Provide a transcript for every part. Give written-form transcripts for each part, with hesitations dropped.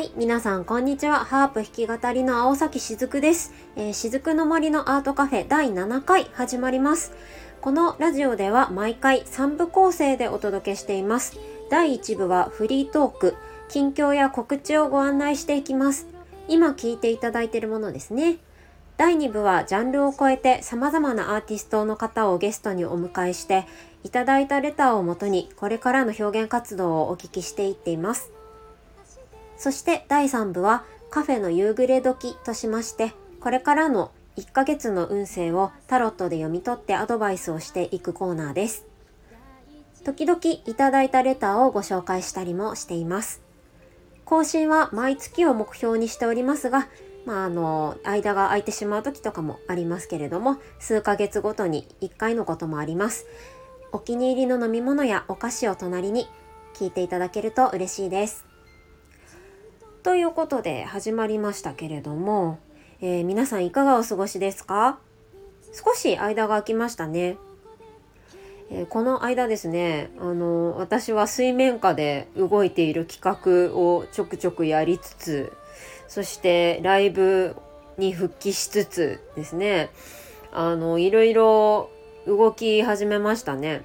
い、皆さんこんにちは。ハープ弾き語りの青崎しずくです。しずくの森のアートカフェ第7回始まります。このラジオでは毎回3部構成でお届けしています。第1部はフリートーク、近況や告知をご案内していきます。今聞いていただいているものですね。第2部はジャンルを超えて様々なアーティストの方をゲストにお迎えして、いただいたレターをもとにこれからの表現活動をお聞きしていっています。そして第3部はカフェの夕暮れ時としまして、これからの1ヶ月の運勢をタロットで読み取ってアドバイスをしていくコーナーです。時々いただいたレターをご紹介したりもしています。更新は毎月を目標にしておりますが、間が空いてしまう時とかもありますけれども、数ヶ月ごとに1回のこともあります。お気に入りの飲み物やお菓子を隣に聞いていただけると嬉しいです。ということで始まりましたけれども、皆さんいかがお過ごしですか？少し間が空きましたね。この間ですね、私は水面下で動いている企画をちょくちょくやりつつ、そしてライブに復帰しつつですね、いろいろ動き始めましたね。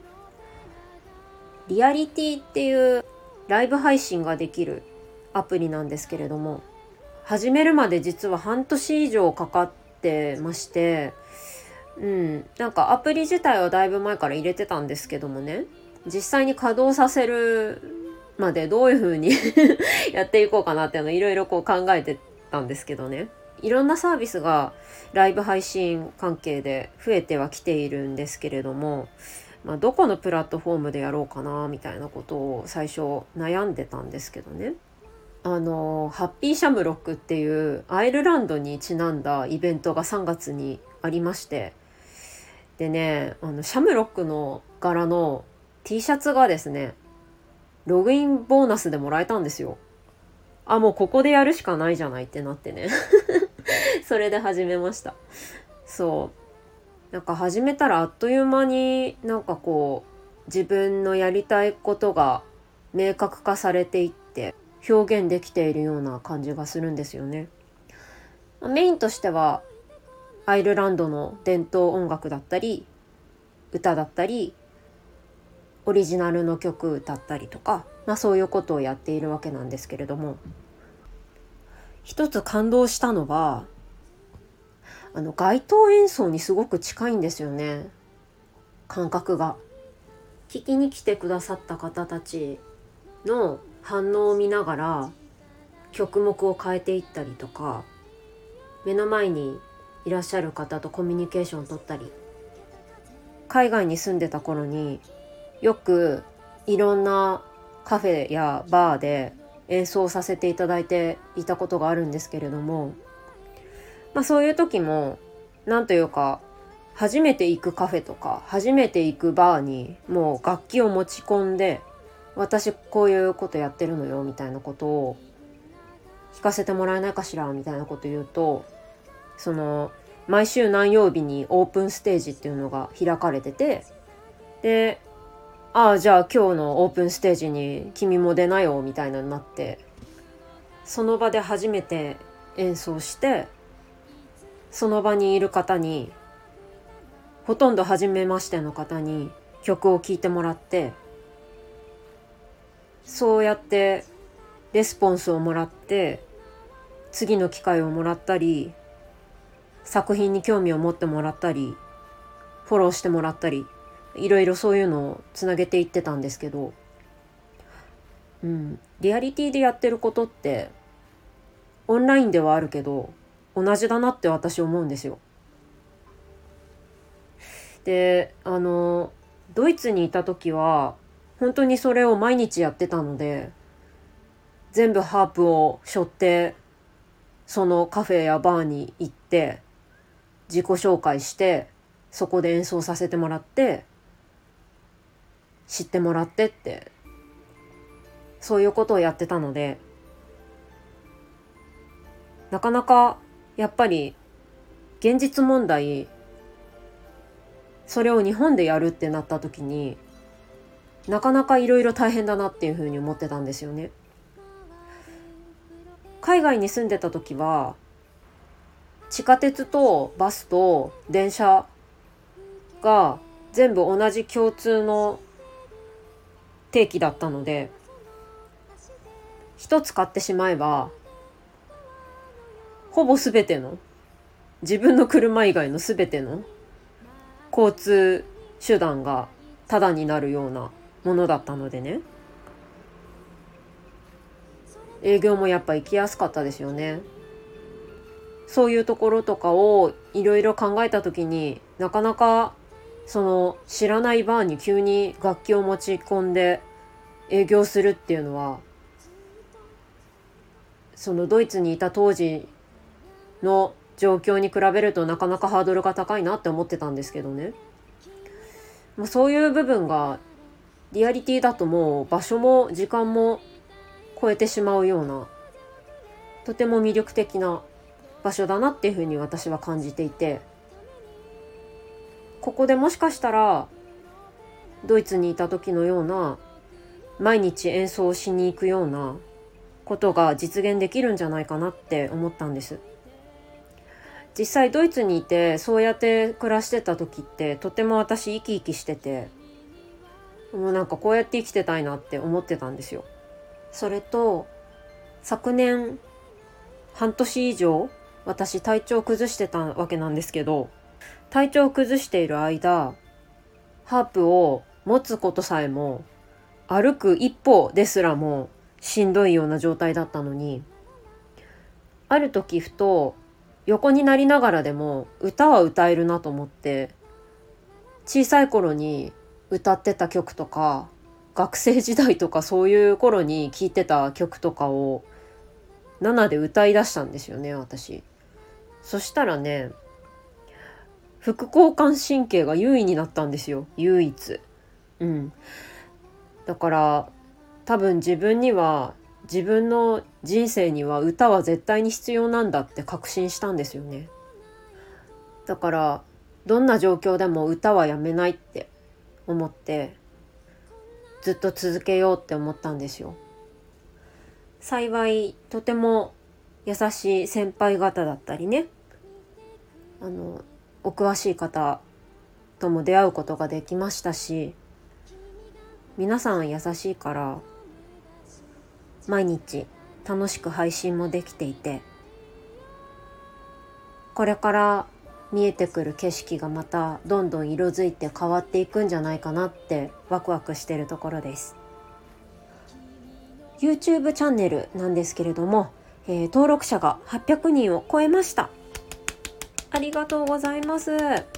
リアリティっていうライブ配信ができるアプリなんですけれども、始めるまで実は半年以上かかってまして、なんかアプリ自体はだいぶ前から入れてたんですけどもね、実際に稼働させるまでどういう風にやっていこうかなっていうのをいろいろ考えてたんですけどね、いろんなサービスがライブ配信関係で増えてはきているんですけれども、どこのプラットフォームでやろうかなみたいなことを最初悩んでたんですけどね、ハッピーシャムロックっていうアイルランドにちなんだイベントが3月にありまして、でね、シャムロックの柄の T シャツがですね、ログインボーナスでもらえたんですよ。もうここでやるしかないじゃないってなってねそれで始めました。なんか始めたらあっという間に自分のやりたいことが明確化されていって表現できているような感じがするんですよね。メインとしてはアイルランドの伝統音楽だったり歌だったりオリジナルの曲だったりとか、そういうことをやっているわけなんですけれども、一つ感動したのは街頭演奏にすごく近いんですよね、感覚が。聞きに来てくださった方たちの反応を見ながら曲目を変えていったりとか、目の前にいらっしゃる方とコミュニケーションを取ったり、海外に住んでた頃によくいろんなカフェやバーで演奏させていただいていたことがあるんですけれども、そういう時もなんというか、初めて行くカフェとか初めて行くバーにもう楽器を持ち込んで、私こういうことやってるのよみたいなことを聞かせてもらえないかしらみたいなこと言うと、毎週何曜日にオープンステージっていうのが開かれてて、で、じゃあ今日のオープンステージに君も出なよみたいなになって、その場で初めて演奏して、その場にいる方に、ほとんど初めましての方に曲を聴いてもらって、そうやってレスポンスをもらって次の機会をもらったり、作品に興味を持ってもらったり、フォローしてもらったり、いろいろそういうのをつなげていってたんですけど、リアリティでやってることってオンラインではあるけど同じだなって私思うんですよ。で、ドイツにいた時は本当にそれを毎日やってたので、全部ハープを背負ってそのカフェやバーに行って自己紹介して、そこで演奏させてもらって知ってもらってって、そういうことをやってたので、なかなかやっぱり現実問題、それを日本でやるってなった時になかなかいろいろ大変だなっていうふうに思ってたんですよね。 海外に住んでた時は地下鉄とバスと電車が全部同じ共通の定期だったので、一つ買ってしまえばほぼ全ての、自分の車以外の全ての交通手段がタダになるようなものだったのでね、営業もやっぱ行きやすかったですよね。そういうところとかをいろいろ考えた時に、なかなかその知らないバーに急に楽器を持ち込んで営業するっていうのは、そのドイツにいた当時の状況に比べるとなかなかハードルが高いなって思ってたんですけどね。そういう部分がリアリティだともう場所も時間も超えてしまうような、とても魅力的な場所だなっていうふうに私は感じていて、ここでもしかしたらドイツにいた時のような毎日演奏しに行くようなことが実現できるんじゃないかなって思ったんです。実際ドイツにいてそうやって暮らしてた時ってとても私生き生きしてて、もうなんかこうやって生きてたいなって思ってたんですよ。それと昨年半年以上私体調を崩してたわけなんですけど、体調を崩している間ハープを持つことさえも、歩く一歩ですらもしんどいような状態だったのに、ある時ふと横になりながらでも歌は歌えるなと思って、小さい頃に歌ってた曲とか学生時代とかそういう頃に聴いてた曲とかを7で歌い出したんですよね、私。そしたらね、副交感神経が優位になったんですよ、唯一。だから多分自分の人生には歌は絶対に必要なんだって確信したんですよね。だからどんな状況でも歌はやめないって思ってずっと続けようって思ったんですよ。幸いとても優しい先輩方だったりね、お詳しい方とも出会うことができましたし、皆さん優しいから毎日楽しく配信もできていて、これから見えてくる景色がまたどんどん色づいて変わっていくんじゃないかなってワクワクしてるところです。 YouTube チャンネルなんですけれども、登録者が800人を超えました。ありがとうございます。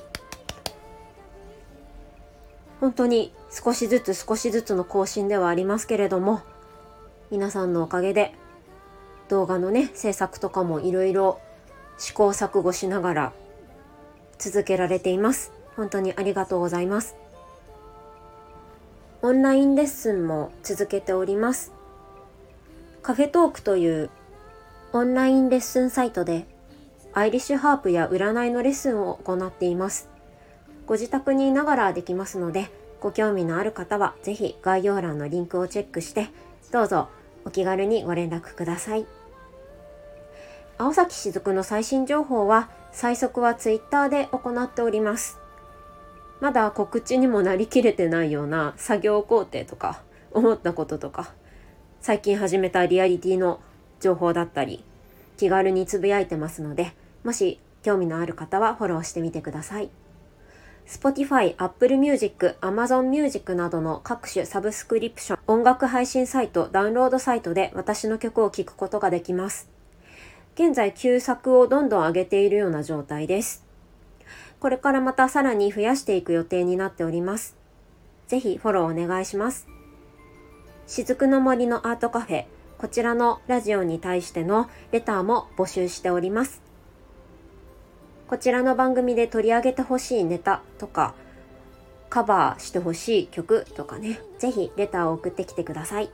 本当に少しずつの更新ではありますけれども、皆さんのおかげで動画のね制作とかもいろいろ試行錯誤しながら続けられています。本当にありがとうございます。オンラインレッスンも続けております。カフェトークというオンラインレッスンサイトでアイリッシュハープや占いのレッスンを行っています。ご自宅にいながらできますので、ご興味のある方はぜひ概要欄のリンクをチェックしてどうぞお気軽にご連絡ください。青崎しずくの最新情報は最速はツイッターで行っております。まだ告知にもなりきれてないような作業工程とか思ったこととか、最近始めたリアリティの情報だったり気軽につぶやいてますので、もし興味のある方はフォローしてみてください。Spotify、Apple Music、Amazon Music などの各種サブスクリプション、音楽配信サイト、ダウンロードサイトで私の曲を聴くことができます。現在旧作をどんどん上げているような状態です。これからまたさらに増やしていく予定になっております。ぜひフォローお願いします。雫の森のアートカフェ、こちらのラジオに対してのレターも募集しております。こちらの番組で取り上げてほしいネタとか、カバーしてほしい曲とかね、ぜひレターを送ってきてください。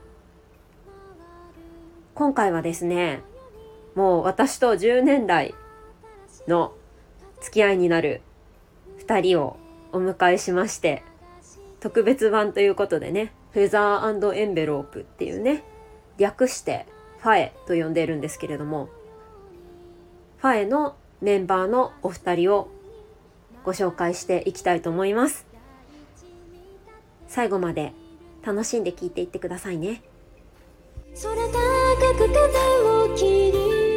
今回はですね、もう私と10年来の付き合いになる2人をお迎えしまして、特別版ということでね、フェザー&エンベロープっていうね、略してファエと呼んでいるんですけれども、ファエのメンバーのお二人をご紹介していきたいと思います。最後まで楽しんで聞いていってくださいね。 空高く風を切り